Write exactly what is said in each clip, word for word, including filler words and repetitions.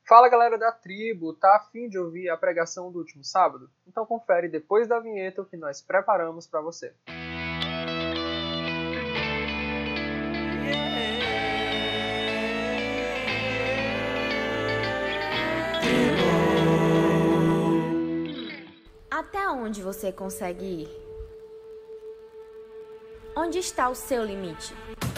Fala galera da tribo, tá a fim de ouvir a pregação do último sábado? Então confere depois da vinheta o que nós preparamos para você. Até onde você consegue ir? Onde está o seu limite?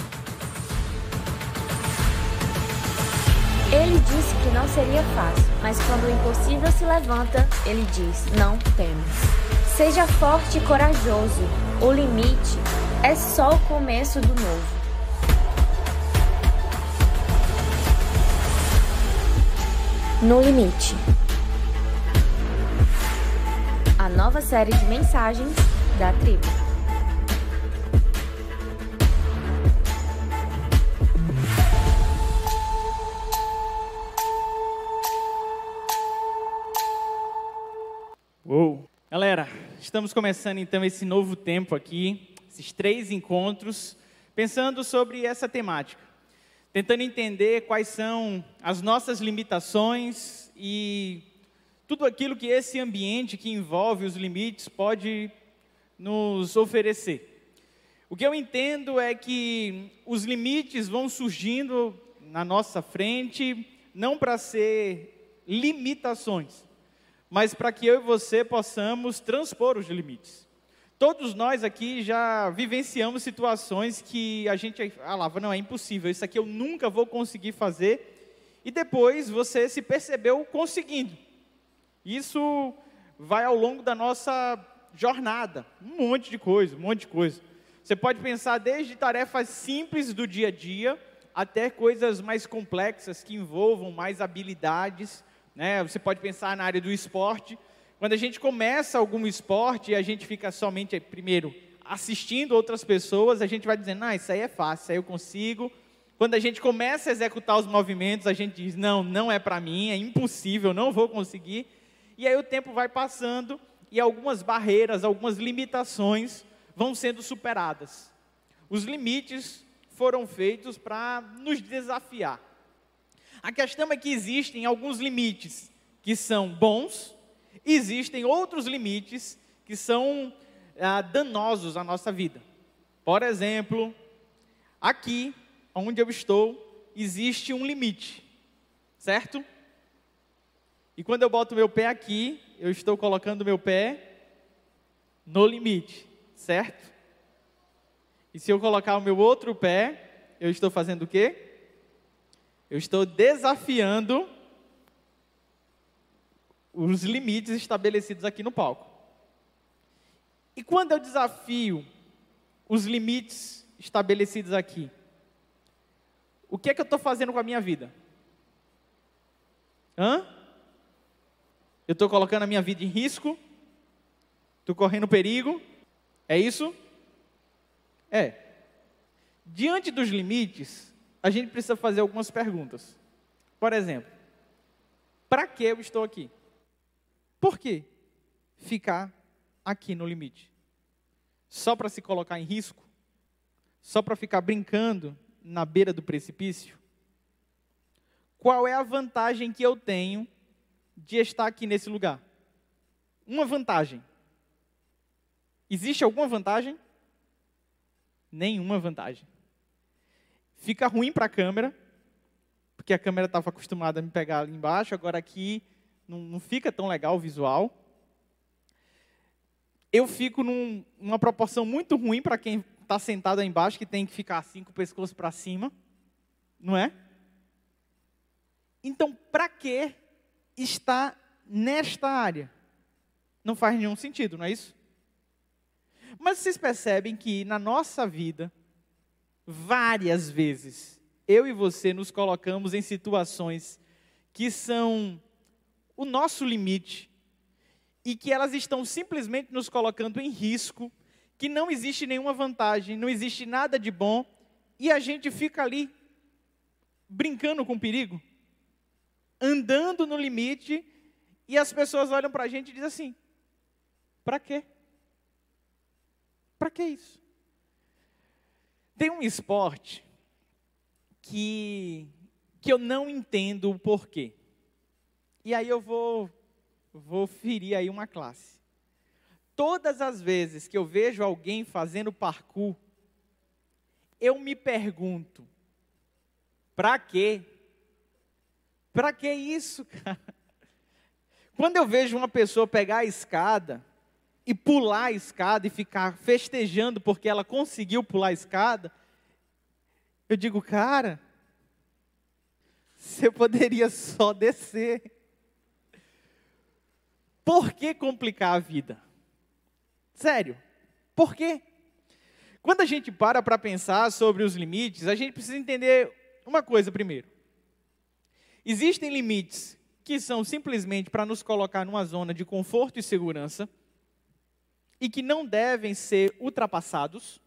Ele disse que não seria fácil, mas quando o impossível se levanta, ele diz: não temas. Seja forte e corajoso. O limite é só o começo do novo. No Limite. A nova série de mensagens da tribo. Uou! Galera, estamos começando então esse novo tempo aqui, esses três encontros, pensando sobre essa temática, tentando entender quais são as nossas limitações e tudo aquilo que esse ambiente que envolve os limites pode nos oferecer. O que eu entendo é que os limites vão surgindo na nossa frente, não para ser limitações, mas para que eu e você possamos transpor os limites. Todos nós aqui já vivenciamos situações que a gente falava, não, é impossível, isso aqui eu nunca vou conseguir fazer, e depois você se percebeu conseguindo. Isso vai ao longo da nossa jornada, um monte de coisa, um monte de coisa. Você pode pensar desde tarefas simples do dia a dia, até coisas mais complexas que envolvam mais habilidades, né? Você pode pensar na área do esporte. Quando a gente começa algum esporte e a gente fica somente, primeiro, assistindo outras pessoas, a gente vai dizendo, ah, isso aí é fácil, isso aí eu consigo. Quando a gente começa a executar os movimentos, a gente diz, não, não é para mim, é impossível, não vou conseguir. E aí o tempo vai passando e algumas barreiras, algumas limitações vão sendo superadas. Os limites foram feitos para nos desafiar. A questão é que existem alguns limites que são bons, existem outros limites que são ah, danosos à nossa vida. Por exemplo, aqui onde eu estou, existe um limite, certo? E quando eu boto meu pé aqui, eu estou colocando meu pé no limite, certo? E se eu colocar o meu outro pé, eu estou fazendo o quê? Eu estou desafiando os limites estabelecidos aqui no palco. E quando eu desafio os limites estabelecidos aqui, o que é que eu estou fazendo com a minha vida? Hã? Eu estou colocando a minha vida em risco? Estou correndo perigo? É isso? É. Diante dos limites, a gente precisa fazer algumas perguntas. Por exemplo, para que eu estou aqui? Por que ficar aqui no limite? Só para se colocar em risco? Só para ficar brincando na beira do precipício? Qual é a vantagem que eu tenho de estar aqui nesse lugar? Uma vantagem. Existe alguma vantagem? Nenhuma vantagem. Fica ruim para a câmera, porque a câmera estava acostumada a me pegar ali embaixo, agora aqui não, não fica tão legal o visual. Eu fico num, numa proporção muito ruim para quem está sentado aí embaixo, que tem que ficar assim com o pescoço para cima, não é? Então, para que está nesta área? Não faz nenhum sentido, não é isso? Mas vocês percebem que na nossa vida, várias vezes, eu e você nos colocamos em situações que são o nosso limite e que elas estão simplesmente nos colocando em risco, que não existe nenhuma vantagem, não existe nada de bom, e a gente fica ali brincando com perigo, andando no limite, e as pessoas olham para a gente e dizem assim, para quê? Para que isso? Tem um esporte que, que eu não entendo o porquê. E aí eu vou, vou ferir aí uma classe. Todas as vezes que eu vejo alguém fazendo parkour, eu me pergunto, para quê? Para que isso, cara? Quando eu vejo uma pessoa pegar a escada e pular a escada e ficar festejando porque ela conseguiu pular a escada, eu digo, cara, você poderia só descer. Por que complicar a vida? Sério, por quê? Quando a gente para para pensar sobre os limites, a gente precisa entender uma coisa primeiro. Existem limites que são simplesmente para nos colocar numa zona de conforto e segurança e que não devem ser ultrapassados.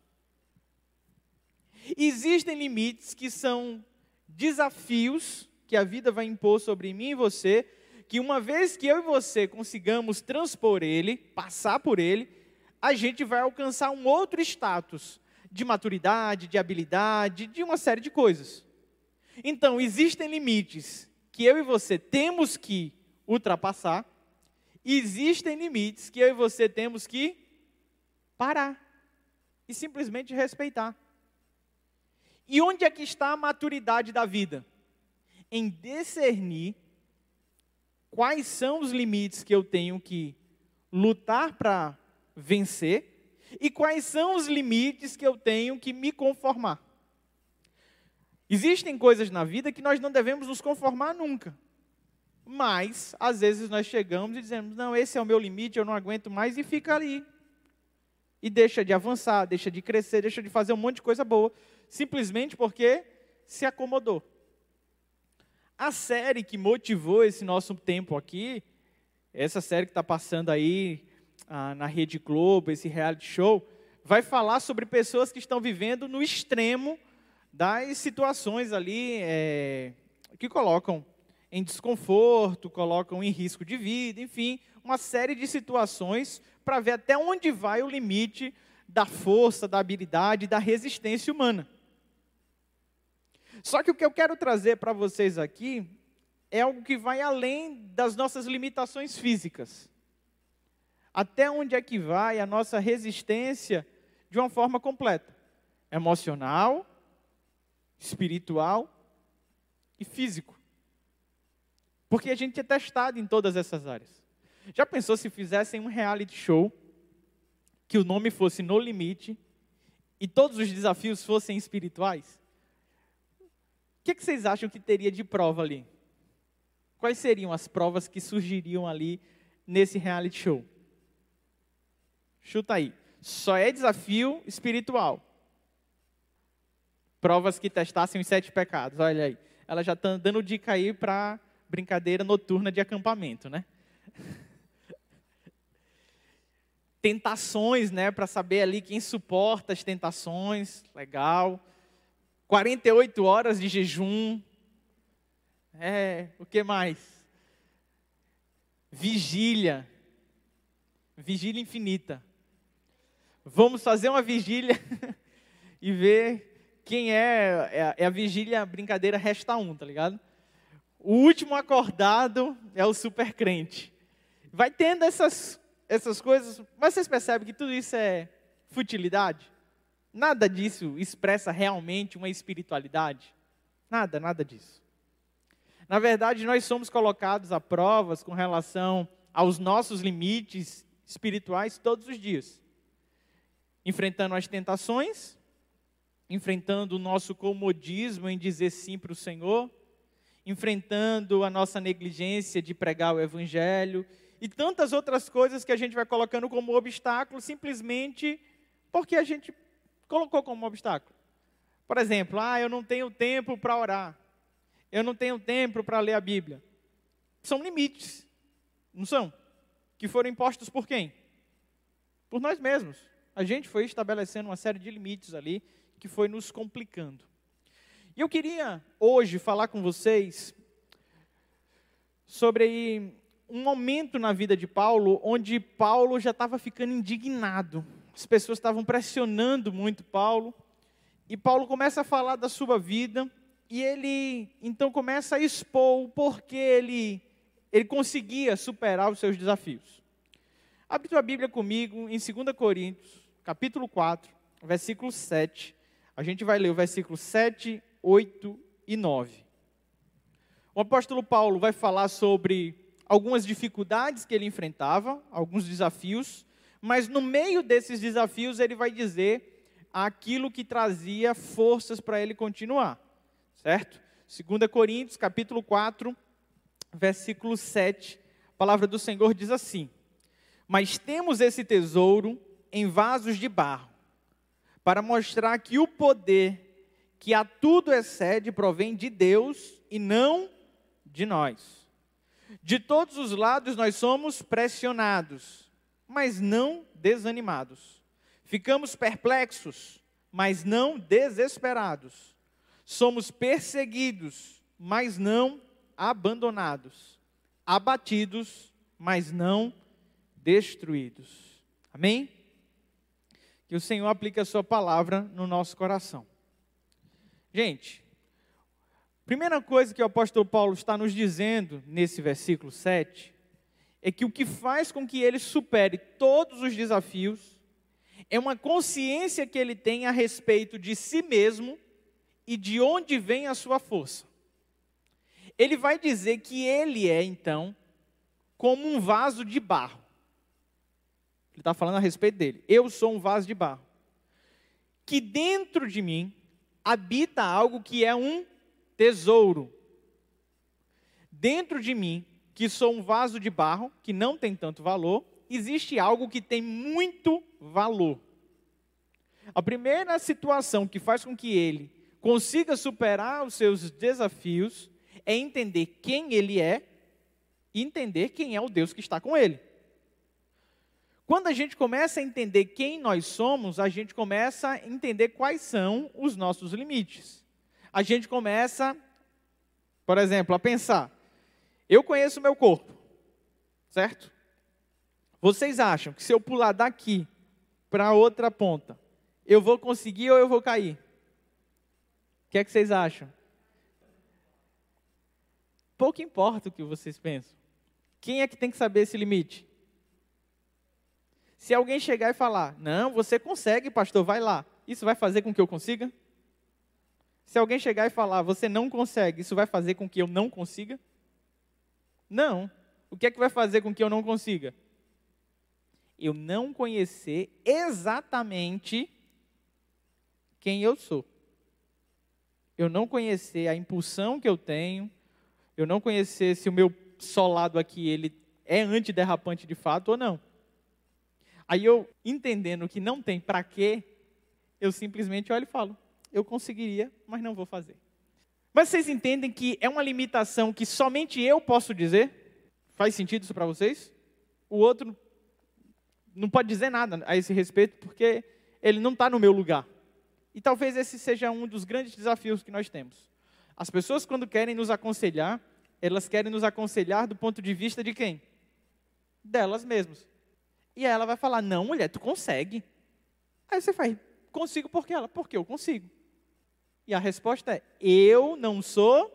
Existem limites que são desafios que a vida vai impor sobre mim e você, que uma vez que eu e você consigamos transpor ele, passar por ele, a gente vai alcançar um outro status de maturidade, de habilidade, de uma série de coisas. Então, existem limites que eu e você temos que ultrapassar, e existem limites que eu e você temos que parar e simplesmente respeitar. E onde é que está a maturidade da vida? Em discernir quais são os limites que eu tenho que lutar para vencer e quais são os limites que eu tenho que me conformar. Existem coisas na vida que nós não devemos nos conformar nunca. Mas, às vezes, nós chegamos e dizemos, não, esse é o meu limite, eu não aguento mais, e fica ali. E deixa de avançar, deixa de crescer, deixa de fazer um monte de coisa boa, simplesmente porque se acomodou. A série que motivou esse nosso tempo aqui, essa série que está passando aí ah, na Rede Globo, esse reality show, vai falar sobre pessoas que estão vivendo no extremo das situações ali é, que colocam em desconforto, colocam em risco de vida, enfim, uma série de situações para ver até onde vai o limite da força, da habilidade, da resistência humana. Só que o que eu quero trazer para vocês aqui é algo que vai além das nossas limitações físicas. Até onde é que vai a nossa resistência de uma forma completa? Emocional, espiritual e físico. Porque a gente é testado em todas essas áreas. Já pensou se fizessem um reality show, que o nome fosse No Limite, e todos os desafios fossem espirituais? O que, que vocês acham que teria de prova ali? Quais seriam as provas que surgiriam ali nesse reality show? Chuta aí. Só é desafio espiritual. Provas que testassem os sete pecados, olha aí. Ela já está dando dica aí para brincadeira noturna de acampamento, né? Tentações, né? Para saber ali quem suporta as tentações, legal. quarenta e oito horas de jejum. É, o que mais? Vigília. Vigília infinita. Vamos fazer uma vigília e ver quem é, é, é a vigília, brincadeira resta um, tá ligado? O último acordado é o super crente. Vai tendo essas, essas coisas, mas vocês percebem que tudo isso é futilidade? Nada disso expressa realmente uma espiritualidade? Nada, nada disso. Na verdade, nós somos colocados a provas com relação aos nossos limites espirituais todos os dias. Enfrentando as tentações, enfrentando o nosso comodismo em dizer sim para o Senhor, enfrentando a nossa negligência de pregar o Evangelho e tantas outras coisas que a gente vai colocando como obstáculo simplesmente porque a gente colocou como obstáculo. Por exemplo, ah, eu não tenho tempo para orar, eu não tenho tempo para ler a Bíblia. São limites, não são? Que foram impostos por quem? Por nós mesmos. A gente foi estabelecendo uma série de limites ali que foi nos complicando. E eu queria hoje falar com vocês sobre um momento na vida de Paulo, onde Paulo já estava ficando indignado. As pessoas estavam pressionando muito Paulo, e Paulo começa a falar da sua vida, e ele então começa a expor o porquê ele ele conseguia superar os seus desafios. Abre tua Bíblia comigo em dois Coríntios, capítulo quatro, versículo sete. A gente vai ler o versículo sete, oito e nove. O apóstolo Paulo vai falar sobre algumas dificuldades que ele enfrentava, alguns desafios, mas no meio desses desafios ele vai dizer aquilo que trazia forças para ele continuar, certo? dois Coríntios, capítulo quatro, versículo sete, a palavra do Senhor diz assim: mas temos esse tesouro em vasos de barro, para mostrar que o poder que a tudo excede provém de Deus e não de nós. De todos os lados nós somos pressionados, mas não desanimados. Ficamos perplexos, mas não desesperados. Somos perseguidos, mas não abandonados. Abatidos, mas não destruídos. Amém? Que o Senhor aplique a sua palavra no nosso coração. Gente, primeira coisa que o apóstolo Paulo está nos dizendo nesse versículo sete, é que o que faz com que ele supere todos os desafios é uma consciência que ele tem a respeito de si mesmo e de onde vem a sua força. Ele vai dizer que ele é, então, como um vaso de barro. Ele está falando a respeito dele. Eu sou um vaso de barro. Que dentro de mim habita algo que é um tesouro. Dentro de mim, que sou um vaso de barro, que não tem tanto valor, existe algo que tem muito valor. A primeira situação que faz com que ele consiga superar os seus desafios é entender quem ele é e entender quem é o Deus que está com ele. Quando a gente começa a entender quem nós somos, a gente começa a entender quais são os nossos limites. A gente começa, por exemplo, a pensar: eu conheço o meu corpo, certo? Vocês acham que se eu pular daqui para a outra ponta, eu vou conseguir ou eu vou cair? O que é que vocês acham? Pouco importa o que vocês pensam. Quem é que tem que saber esse limite? Se alguém chegar e falar: não, você consegue, pastor, vai lá. Isso vai fazer com que eu consiga? Se alguém chegar e falar: você não consegue, isso vai fazer com que eu não consiga? Não. O que é que vai fazer com que eu não consiga? Eu não conhecer exatamente quem eu sou. Eu não conhecer a impulsão que eu tenho, eu não conhecer se o meu solado aqui ele é antiderrapante de fato ou não. Aí eu, entendendo que não tem para quê, eu simplesmente olho e falo: eu conseguiria, mas não vou fazer. Mas vocês entendem que é uma limitação que somente eu posso dizer? Faz sentido isso para vocês? O outro não pode dizer nada a esse respeito, porque ele não está no meu lugar. E talvez esse seja um dos grandes desafios que nós temos. As pessoas, quando querem nos aconselhar, elas querem nos aconselhar do ponto de vista de quem? Delas mesmas. E aí ela vai falar: não, mulher, tu consegue. Aí você faz: consigo por quê? Ela: porque eu consigo. E a resposta é: eu não sou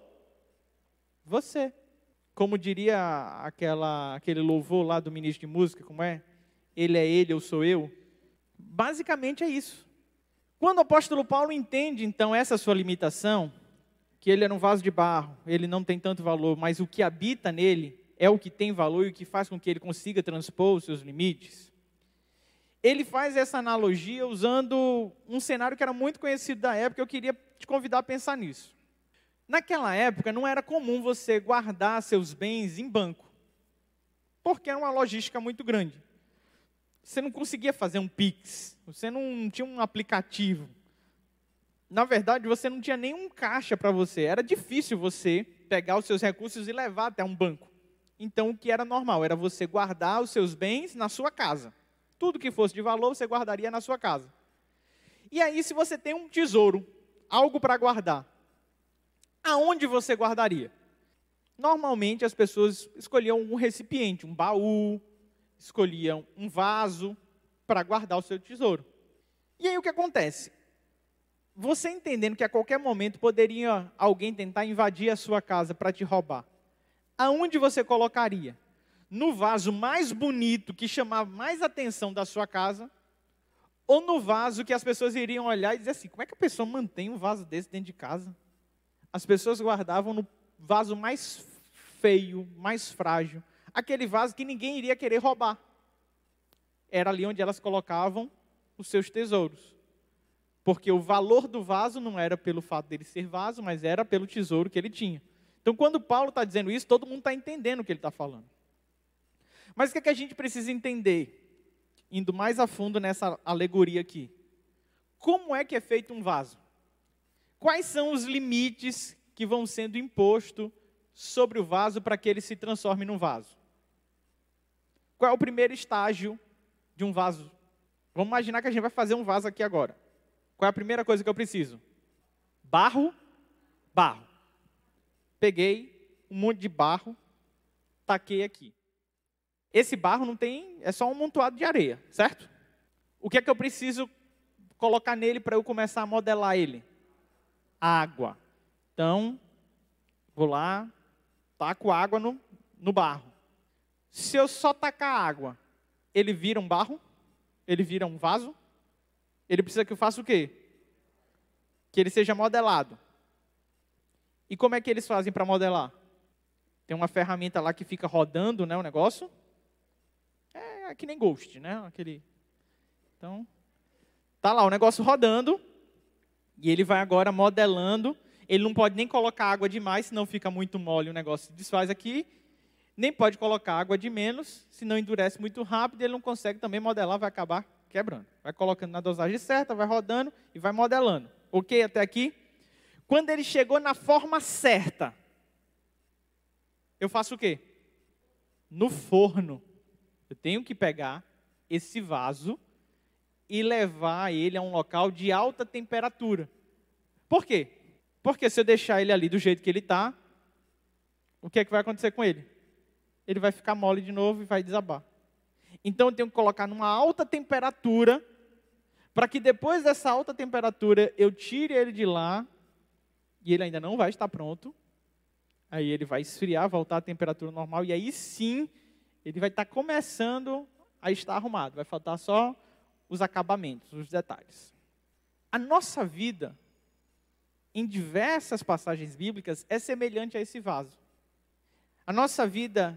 você. Como diria aquela, aquele louvor lá do ministro de música, como é? Ele é ele, eu sou eu. Basicamente é isso. Quando o apóstolo Paulo entende, então, essa sua limitação, que ele era um vaso de barro, ele não tem tanto valor, mas o que habita nele é o que tem valor e o que faz com que ele consiga transpor os seus limites, ele faz essa analogia usando um cenário que era muito conhecido da época. Eu queria te convidar a pensar nisso. Naquela época, não era comum você guardar seus bens em banco, porque era uma logística muito grande. Você não conseguia fazer um Pix, você não tinha um aplicativo. Na verdade, você não tinha nenhum caixa para você. Era difícil você pegar os seus recursos e levar até um banco. Então, o que era normal era você guardar os seus bens na sua casa. Tudo que fosse de valor, você guardaria na sua casa. E aí, se você tem um tesouro, algo para guardar, aonde você guardaria? Normalmente, as pessoas escolhiam um recipiente, um baú, escolhiam um vaso para guardar o seu tesouro. E aí, o que acontece? Você entendendo que a qualquer momento poderia alguém tentar invadir a sua casa para te roubar, aonde você colocaria? No vaso mais bonito, que chamava mais atenção da sua casa, ou no vaso que as pessoas iriam olhar e dizer assim, como é que a pessoa mantém um vaso desse dentro de casa? As pessoas guardavam no vaso mais feio, mais frágil, aquele vaso que ninguém iria querer roubar. Era ali onde elas colocavam os seus tesouros. Porque o valor do vaso não era pelo fato dele ser vaso, mas era pelo tesouro que ele tinha. Então, quando Paulo está dizendo isso, todo mundo está entendendo o que ele está falando. Mas o que é que a gente precisa entender? Indo mais a fundo nessa alegoria aqui. Como é que é feito um vaso? Quais são os limites que vão sendo impostos sobre o vaso para que ele se transforme num vaso? Qual é o primeiro estágio de um vaso? Vamos imaginar que a gente vai fazer um vaso aqui agora. Qual é a primeira coisa que eu preciso? Barro, barro. Peguei um monte de barro, taquei aqui. Esse barro não tem, é só um amontoado de areia, certo? O que é que eu preciso colocar nele para eu começar a modelar ele? Água. Então, vou lá, taco água no, no barro. Se eu só tacar água, ele vira um barro? Ele vira um vaso? Ele precisa que eu faça o quê? Que ele seja modelado. E como é que eles fazem para modelar? Tem uma ferramenta lá que fica rodando, né, o negócio. É que nem Ghost, né? Aquele... Então, tá lá o negócio rodando. E ele vai agora modelando. Ele não pode nem colocar água demais, senão fica muito mole, o negócio se desfaz aqui. Nem pode colocar água de menos, senão endurece muito rápido e ele não consegue também modelar, vai acabar quebrando. Vai colocando na dosagem certa, vai rodando e vai modelando. Ok até aqui? Quando ele chegou na forma certa, eu faço o quê? No forno. Eu tenho que pegar esse vaso e levar ele a um local de alta temperatura. Por quê? Porque se eu deixar ele ali do jeito que ele está, o que é que vai acontecer com ele? Ele vai ficar mole de novo e vai desabar. Então eu tenho que colocar numa alta temperatura, para que depois dessa alta temperatura eu tire ele de lá, e ele ainda não vai estar pronto. Aí ele vai esfriar, voltar à temperatura normal, e aí sim ele vai estar começando a estar arrumado. Vai faltar só os acabamentos, os detalhes. A nossa vida, em diversas passagens bíblicas, é semelhante a esse vaso. A nossa vida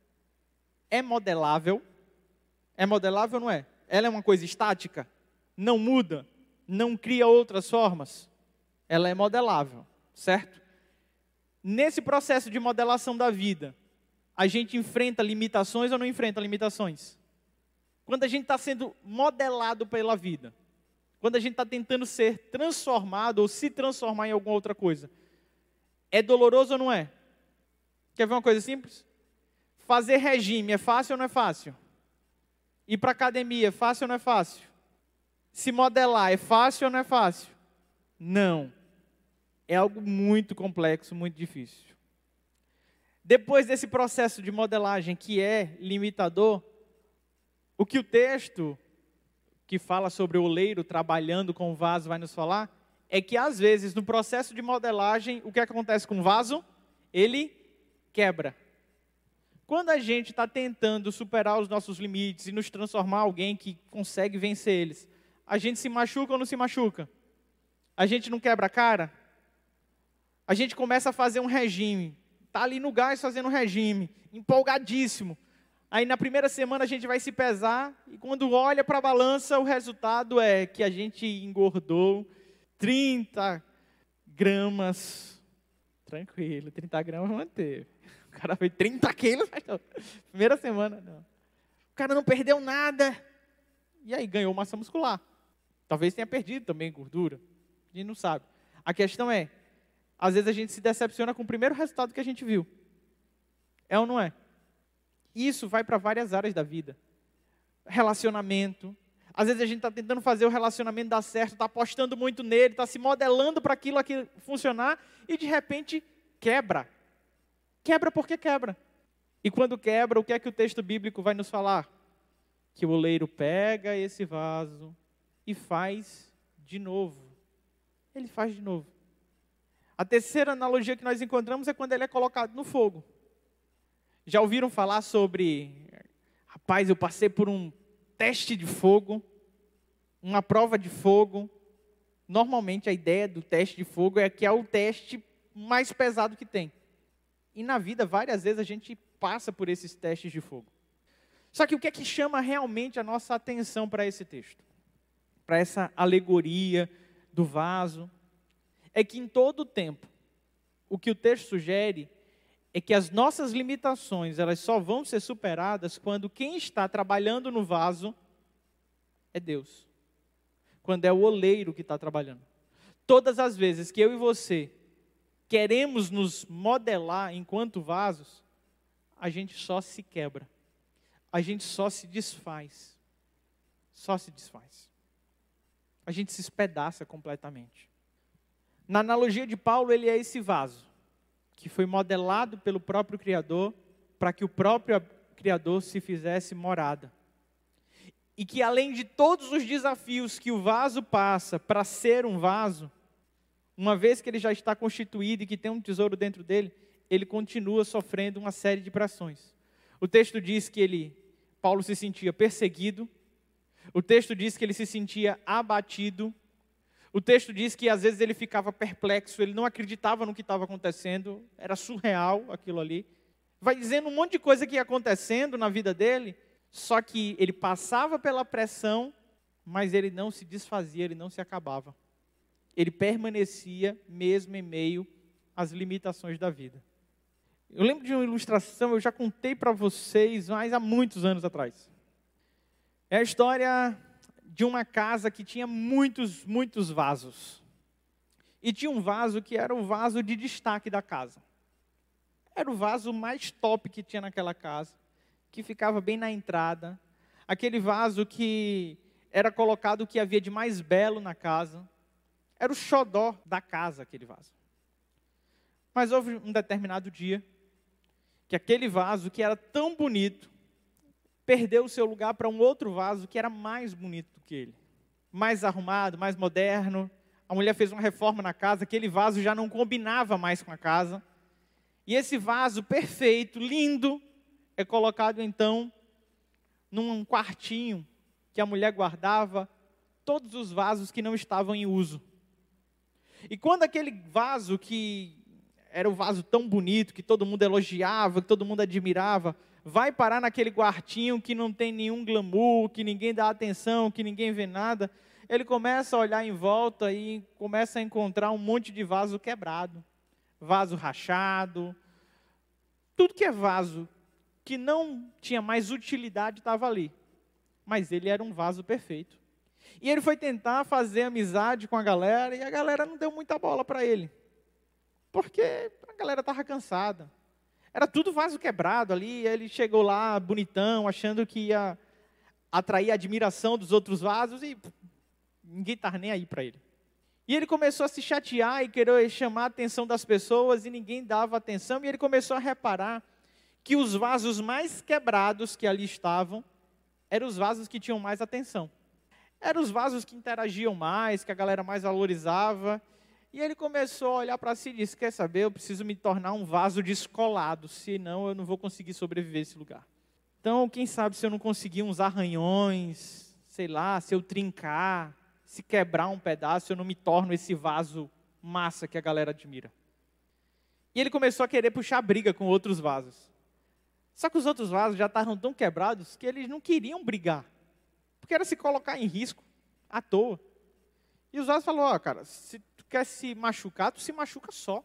é modelável. É modelável ou não é? Ela é uma coisa estática? Não muda? Não cria outras formas? Ela é modelável, certo? Nesse processo de modelação da vida, a gente enfrenta limitações ou não enfrenta limitações? Quando a gente está sendo modelado pela vida, quando a gente está tentando ser transformado ou se transformar em alguma outra coisa, é doloroso ou não é? Quer ver uma coisa simples? Fazer regime é fácil ou não é fácil? Ir para a academia é fácil ou não é fácil? Se modelar é fácil ou não é fácil? Não. É algo muito complexo, muito difícil. Depois desse processo de modelagem que é limitador, o que o texto que fala sobre o oleiro trabalhando com o vaso vai nos falar é que às vezes no processo de modelagem, o que acontece com o vaso? Ele quebra. Quando a gente está tentando superar os nossos limites e nos transformar em alguém que consegue vencer eles, a gente se machuca ou não se machuca? A gente não quebra a cara? A gente começa a fazer um regime, está ali no gás fazendo um regime, empolgadíssimo. Aí na primeira semana a gente vai se pesar e quando olha para a balança, o resultado é que a gente engordou trinta gramas. Tranquilo, trinta gramas manteve. O cara fez trinta quilos, primeira semana, não. O cara não perdeu nada. E aí, ganhou massa muscular. Talvez tenha perdido também gordura. A gente não sabe. A questão é, às vezes a gente se decepciona com o primeiro resultado que a gente viu. É ou não é? Isso vai para várias áreas da vida. Relacionamento. Às vezes a gente está tentando fazer o relacionamento dar certo, está apostando muito nele, está se modelando para aquilo aqui funcionar e de repente quebra. Quebra porque quebra. E quando quebra, o que é que o texto bíblico vai nos falar? Que o oleiro pega esse vaso e faz de novo. Ele faz de novo. A terceira analogia que nós encontramos é quando ele é colocado no fogo. Já ouviram falar sobre, rapaz, eu passei por um teste de fogo, uma prova de fogo. Normalmente a ideia do teste de fogo é que é o teste mais pesado que tem. E na vida, várias vezes, a gente passa por esses testes de fogo. Só que o que é que chama realmente a nossa atenção para esse texto? Para essa alegoria do vaso? É que em todo o tempo, o que o texto sugere é que as nossas limitações, elas só vão ser superadas quando quem está trabalhando no vaso é Deus. Quando é o oleiro que está trabalhando. Todas as vezes que eu e você queremos nos modelar enquanto vasos, a gente só se quebra. A gente só se desfaz. Só se desfaz. A gente se espedaça completamente. Na analogia de Paulo, ele é esse vaso, que foi modelado pelo próprio Criador, para que o próprio Criador se fizesse morada. E que além de todos os desafios que o vaso passa para ser um vaso, uma vez que ele já está constituído e que tem um tesouro dentro dele, ele continua sofrendo uma série de pressões. O texto diz que ele, Paulo se sentia perseguido, o texto diz que ele se sentia abatido, o texto diz que às vezes ele ficava perplexo, ele não acreditava no que estava acontecendo, era surreal aquilo ali. Vai dizendo um monte de coisa que ia acontecendo na vida dele, só que ele passava pela pressão, mas ele não se desfazia, ele não se acabava. Ele permanecia mesmo em meio às limitações da vida. Eu lembro de uma ilustração, eu já contei para vocês, mas há muitos anos atrás. É a história de uma casa que tinha muitos, muitos vasos. E tinha um vaso que era o vaso de destaque da casa. Era o vaso mais top que tinha naquela casa, que ficava bem na entrada. Aquele vaso que era colocado o que havia de mais belo na casa. Era o xodó da casa, aquele vaso. Mas houve um determinado dia que aquele vaso, que era tão bonito, perdeu o seu lugar para um outro vaso que era mais bonito do que ele. Mais arrumado, mais moderno. A mulher fez uma reforma na casa, aquele vaso já não combinava mais com a casa. E esse vaso perfeito, lindo, é colocado então num quartinho que a mulher guardava todos os vasos que não estavam em uso. E quando aquele vaso, que era o vaso tão bonito, que todo mundo elogiava, que todo mundo admirava, vai parar naquele quartinho que não tem nenhum glamour, que ninguém dá atenção, que ninguém vê nada, ele começa a olhar em volta e começa a encontrar um monte de vaso quebrado, vaso rachado, tudo que é vaso que não tinha mais utilidade estava ali, mas ele era um vaso perfeito. E ele foi tentar fazer amizade com a galera, e a galera não deu muita bola para ele, porque a galera estava cansada. Era tudo vaso quebrado ali, ele chegou lá bonitão, achando que ia atrair a admiração dos outros vasos, e ninguém estava nem aí para ele. E ele começou a se chatear e querer chamar a atenção das pessoas, e ninguém dava atenção, e ele começou a reparar que os vasos mais quebrados que ali estavam, eram os vasos que tinham mais atenção. Eram os vasos que interagiam mais, que a galera mais valorizava. E ele começou a olhar para si e disse, quer saber, eu preciso me tornar um vaso descolado, senão eu não vou conseguir sobreviver esse lugar. Então, quem sabe se eu não conseguir uns arranhões, sei lá, se eu trincar, se quebrar um pedaço, eu não me torno esse vaso massa que a galera admira. E ele começou a querer puxar briga com outros vasos. Só que os outros vasos já estavam tão quebrados que eles não queriam brigar. Porque era se colocar em risco, à toa. E os vasos falaram, ó, cara, se tu quer se machucar, tu se machuca só.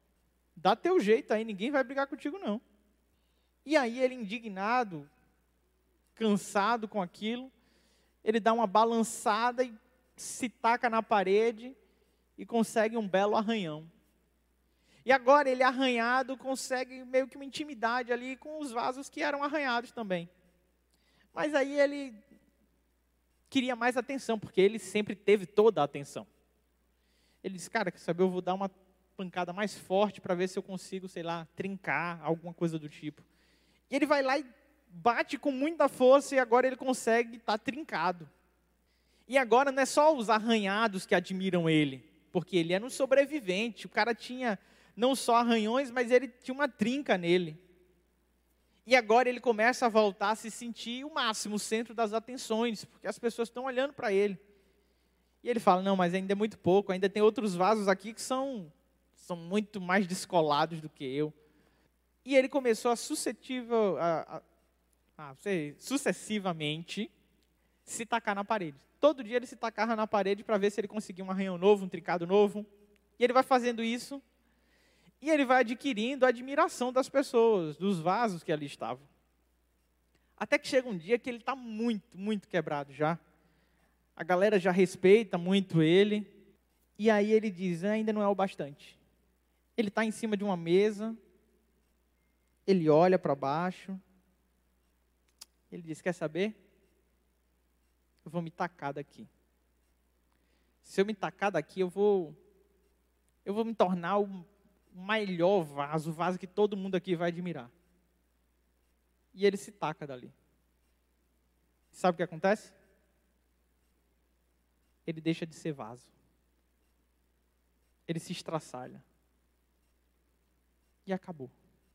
Dá teu jeito aí, ninguém vai brigar contigo não. E aí ele indignado, cansado com aquilo, ele dá uma balançada e se taca na parede e consegue um belo arranhão. E agora ele arranhado consegue meio que uma intimidade ali com os vasos que eram arranhados também. Mas aí ele queria mais atenção, porque ele sempre teve toda a atenção. Ele disse, cara, quer saber, eu vou dar uma pancada mais forte para ver se eu consigo, sei lá, trincar, alguma coisa do tipo. E ele vai lá e bate com muita força e agora ele consegue estar trincado. E agora não é só os arranhados que admiram ele, porque ele era um sobrevivente, o cara tinha não só arranhões, mas ele tinha uma trinca nele. E agora ele começa a voltar a se sentir o máximo, o centro das atenções, porque as pessoas estão olhando para ele. E ele fala, não, mas ainda é muito pouco, ainda tem outros vasos aqui que são, são muito mais descolados do que eu. E ele começou a, suscetível, a, a, a sei, sucessivamente se tacar na parede. Todo dia ele se tacava na parede para ver se ele conseguia um arranhão novo, um trincado novo. E ele vai fazendo isso, e ele vai adquirindo a admiração das pessoas, dos vasos que ali estavam. Até que chega um dia que ele está muito, muito quebrado já. A galera já respeita muito ele. E aí ele diz, ainda não é o bastante. Ele está em cima de uma mesa. Ele olha para baixo. Ele diz, quer saber? Eu vou me tacar daqui. Se eu me tacar daqui, eu vou, eu vou me tornar o melhor vaso, o vaso que todo mundo aqui vai admirar. E ele se taca dali. Sabe o que acontece? Ele deixa de ser vaso. Ele se estraçalha. E acabou.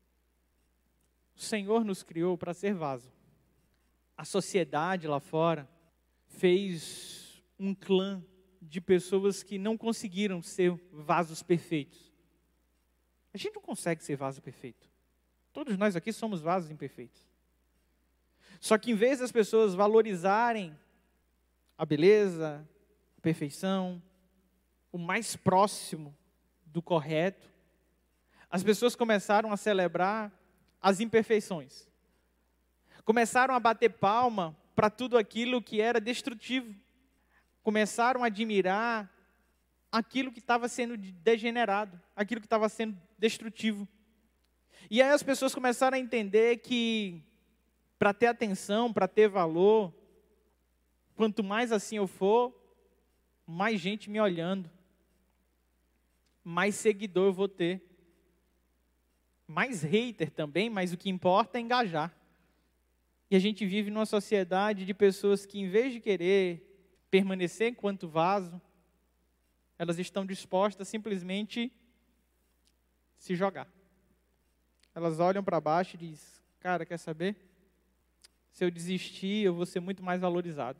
O Senhor nos criou para ser vaso. A sociedade lá fora fez um clã de pessoas que não conseguiram ser vasos perfeitos. A gente não consegue ser vaso perfeito. Todos nós aqui somos vasos imperfeitos. Só que em vez das pessoas valorizarem a beleza, a perfeição, o mais próximo do correto, as pessoas começaram a celebrar as imperfeições. Começaram a bater palma para tudo aquilo que era destrutivo. Começaram a admirar aquilo que estava sendo degenerado, aquilo que estava sendo destrutivo. E aí as pessoas começaram a entender que para ter atenção, para ter valor, quanto mais assim eu for, mais gente me olhando, mais seguidor eu vou ter. Mais hater também, mas o que importa é engajar. E a gente vive numa sociedade de pessoas que, em vez de querer permanecer enquanto vaso, elas estão dispostas a simplesmente se jogar. Elas olham para baixo e dizem, cara, quer saber? Se eu desistir, eu vou ser muito mais valorizado.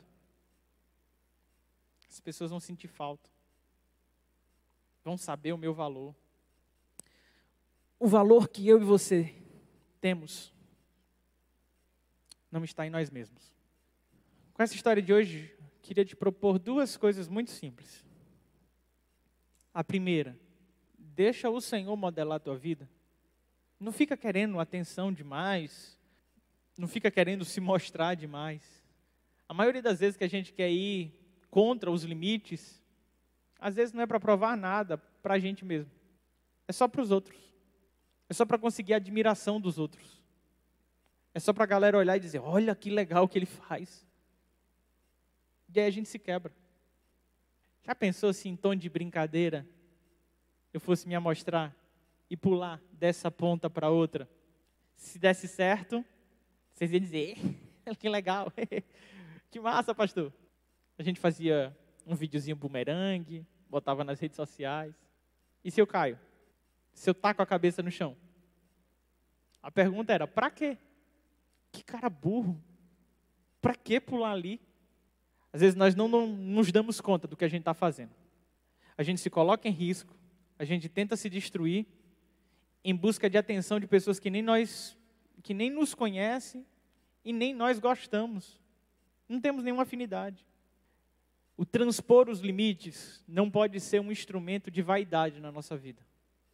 As pessoas vão sentir falta. Vão saber o meu valor. O valor que eu e você temos não está em nós mesmos. Com essa história de hoje, queria te propor duas coisas muito simples. A primeira, deixa o Senhor modelar a tua vida. Não fica querendo atenção demais, não fica querendo se mostrar demais. A maioria das vezes que a gente quer ir contra os limites, às vezes não é para provar nada para a gente mesmo. É só para os outros. É só para conseguir a admiração dos outros. É só para a galera olhar e dizer, olha que legal que ele faz. E aí a gente se quebra. Já pensou se em tom de brincadeira eu fosse me amostrar e pular dessa ponta para outra? Se desse certo, vocês iam dizer, que legal, que massa, pastor. A gente fazia um videozinho bumerangue, botava nas redes sociais. E se eu caio? Se eu taco a cabeça no chão? A pergunta era, para quê? Que cara burro. Para que pular ali? Às vezes nós não, não nos damos conta do que a gente está fazendo. A gente se coloca em risco, a gente tenta se destruir em busca de atenção de pessoas que nem nós, que nem nos conhecem e nem nós gostamos. Não temos nenhuma afinidade. O transpor os limites não pode ser um instrumento de vaidade na nossa vida.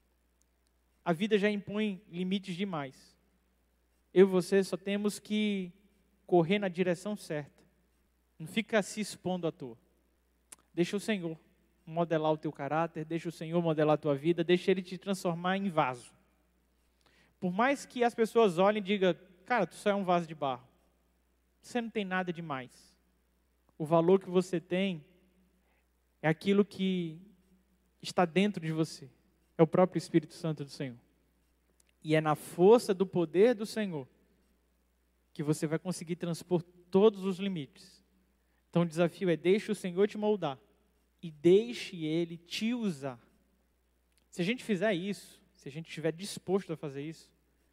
A vida já impõe limites demais. Eu e você só temos que correr na direção certa. Não fica se expondo à toa. Deixa o Senhor modelar o teu caráter, deixa o Senhor modelar a tua vida, deixa Ele te transformar em vaso. Por mais que as pessoas olhem e digam, cara, tu só é um vaso de barro. Você não tem nada demais. O valor que você tem é aquilo que está dentro de você. É o próprio Espírito Santo do Senhor. E é na força do poder do Senhor que você vai conseguir transpor todos os limites. Então o desafio é, deixe o Senhor te moldar e deixe Ele te usar. Se a gente fizer isso, se a gente estiver disposto a fazer isso,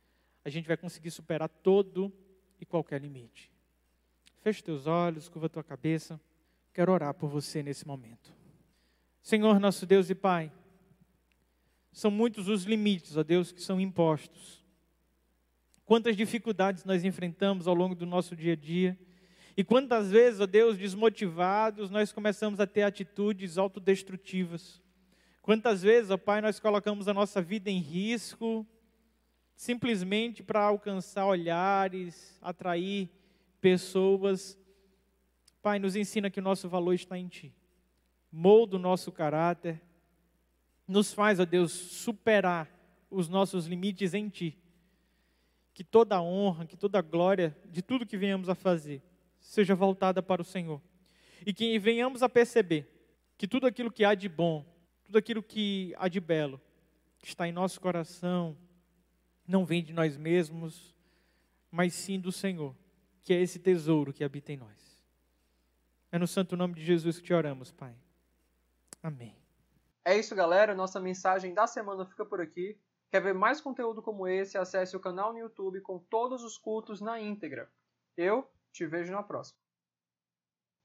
a gente vai conseguir superar todo e qualquer limite. Feche teus olhos, curva tua cabeça. Quero orar por você nesse momento. Senhor, nosso Deus e Pai, são muitos os limites, ó Deus, que são impostos. Quantas dificuldades nós enfrentamos ao longo do nosso dia a dia. E quantas vezes, ó Deus, desmotivados, nós começamos a ter atitudes autodestrutivas. Quantas vezes, ó Pai, nós colocamos a nossa vida em risco, simplesmente para alcançar olhares, atrair pessoas. Pai, nos ensina que o nosso valor está em Ti. Molda o nosso caráter. Nos faz, ó Deus, superar os nossos limites em Ti. Que toda a honra, que toda a glória de tudo que venhamos a fazer seja voltada para o Senhor. E que venhamos a perceber que tudo aquilo que há de bom, tudo aquilo que há de belo, que está em nosso coração, não vem de nós mesmos, mas sim do Senhor, que é esse tesouro que habita em nós. É no santo nome de Jesus que te oramos, Pai. Amém. É isso, galera. Nossa mensagem da semana fica por aqui. Quer ver mais conteúdo como esse? Acesse o canal no YouTube com todos os cultos na íntegra. Eu te vejo na próxima.